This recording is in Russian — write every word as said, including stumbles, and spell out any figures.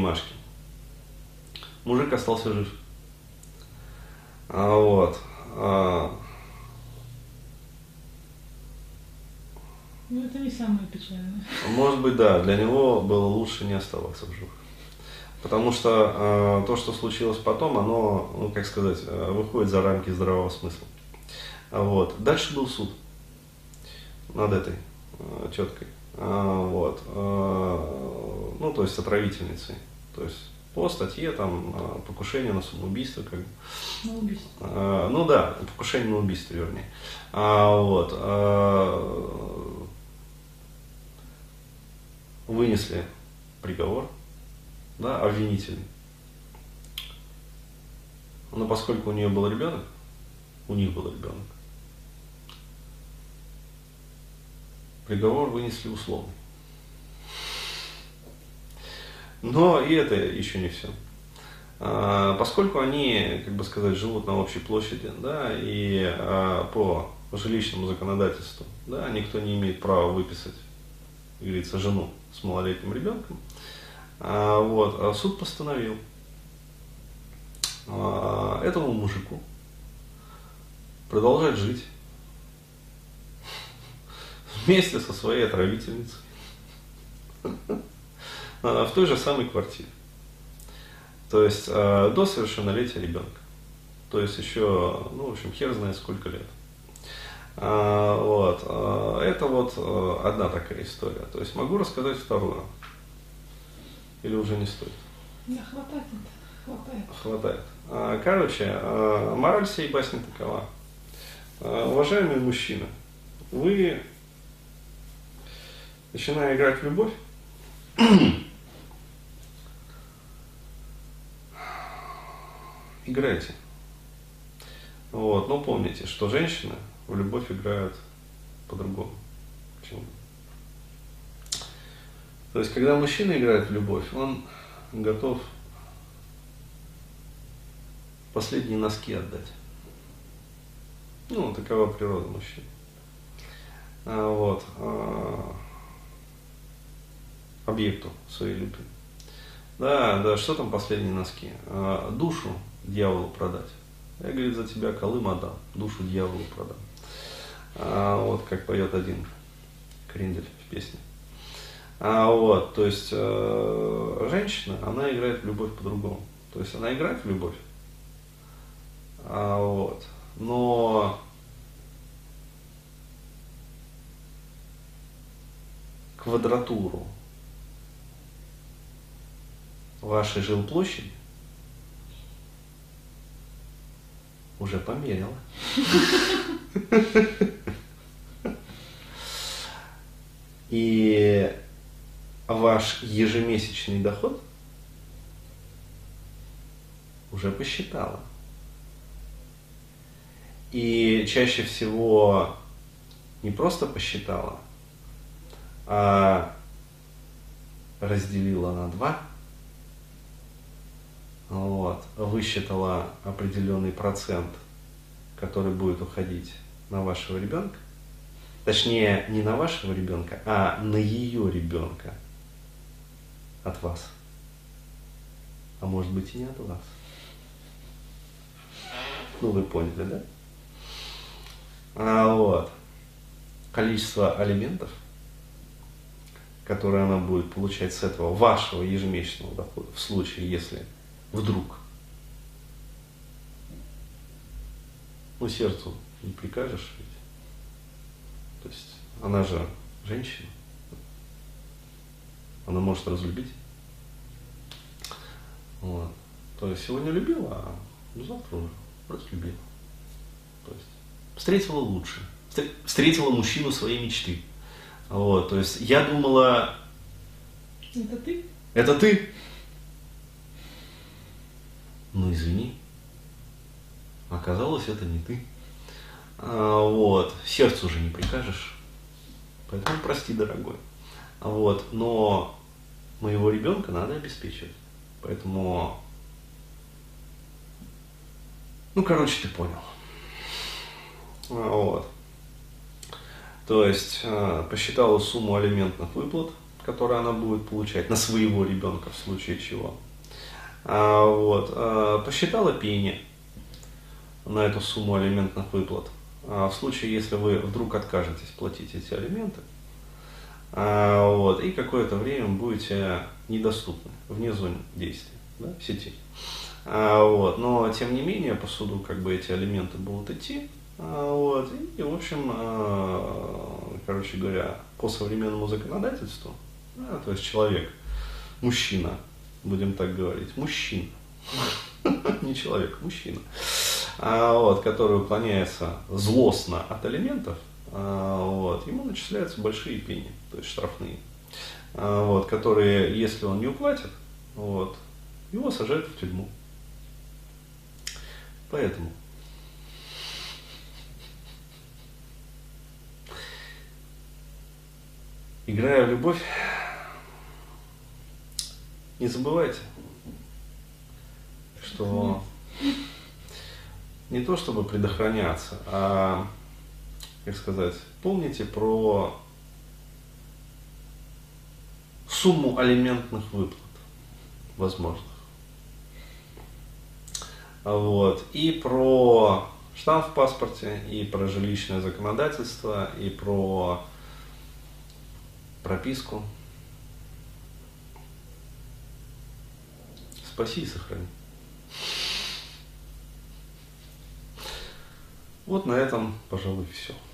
понимашки. Мужик остался жив. А, вот. А, Ну, это не самое печальное. может быть, да, для него было лучше не оставаться в живых. Потому что э, то, что случилось потом, оно, ну, как сказать, э, выходит за рамки здравого смысла. Вот. Дальше был суд над этой э, теткой. А, вот. э, ну, то есть отравительницей. То есть по статье там э, покушение на самоубийство. Как бы. На убийство. Э, ну да, покушение на убийство, вернее. А, вот. Э, вынесли приговор, да, обвинительный. Но поскольку у нее был ребенок, у них был ребенок, приговор вынесли условный. Но и это еще не все. А, поскольку они, как бы сказать, живут на общей площади, да, и а, по жилищному законодательству, да, никто не имеет права выписать, как говорится, жену с малолетним ребенком, а, вот, а суд постановил а, этому мужику продолжать жить вместе со своей отравительницей в той же самой квартире. То есть э, до совершеннолетия ребенка. То есть еще, ну, в общем, хер знает сколько лет. А, вот. А, это вот а, одна такая история. То есть могу рассказать вторую. Или уже не стоит? Да, хватает это. Хватает. Хватает. А, короче, а, мораль всей басни такова. А, уважаемые мужчины, вы, начиная играть в любовь, играйте. Вот. Но помните, что женщины в любовь играют по-другому. Почему? То есть, когда мужчина играет в любовь, он готов последние носки отдать. Ну, такова природа мужчин. А, вот. А, объекту своей любви. Да, да, что там последние носки? А, душу дьяволу продать. Я, говорит, за тебя колым отдам, душу дьяволу продам. А, вот как поет один крендель в песне. А, вот, то есть э, женщина, она играет в любовь по-другому. То есть она играет в любовь. А, вот, но квадратуру вашей жилплощади уже померила. И ваш ежемесячный доход уже посчитала. И чаще всего не просто посчитала, а разделила на два. Вот, высчитала определенный процент, который будет уходить на вашего ребенка. Точнее, не на вашего ребенка, а на ее ребенка от вас. А может быть и не от вас. Ну, вы поняли, да? А, вот. Количество алиментов, которые она будет получать с этого вашего ежемесячного дохода, в случае, если вдруг, ну, сердцу не прикажешь ведь. То есть она же женщина. Она может разлюбить. Вот. То есть сегодня любила, а завтра уже разлюбила. То есть встретила лучше. Встретила мужчину своей мечты. Вот. То есть я думала... Это ты? Это ты? Ну, извини. Оказалось, это не ты. А, вот. Сердцу уже не прикажешь. Поэтому прости, дорогой. Вот. Но моего ребенка надо обеспечивать. Поэтому... Ну, короче, ты понял. Вот. То есть, посчитала сумму алиментных выплат, который она будет получать на своего ребенка в случае чего. А, вот, а, посчитала пени на эту сумму алиментных выплат. А, в случае, если вы вдруг откажетесь платить эти алименты, а, вот, и какое-то время будете недоступны вне зоны действия, да, в сети. А, вот, но тем не менее по суду как бы эти алименты будут идти. А, вот, и, и в общем, а, короче говоря, по современному законодательству, да, то есть человек, мужчина, будем так говорить, мужчина, не человек, мужчина, а, вот, который уклоняется злостно от алиментов, а, вот, ему начисляются большие пени, то есть штрафные, а, вот, которые, если он не уплатит, вот, его сажают в тюрьму. Поэтому играя в любовь, не забывайте, что не то чтобы предохраняться, а, как сказать, помните про сумму алиментных выплат возможных. Вот. И про штамп в паспорте, и про жилищное законодательство, и про прописку. Спаси и сохрани. Вот на этом, пожалуй, все.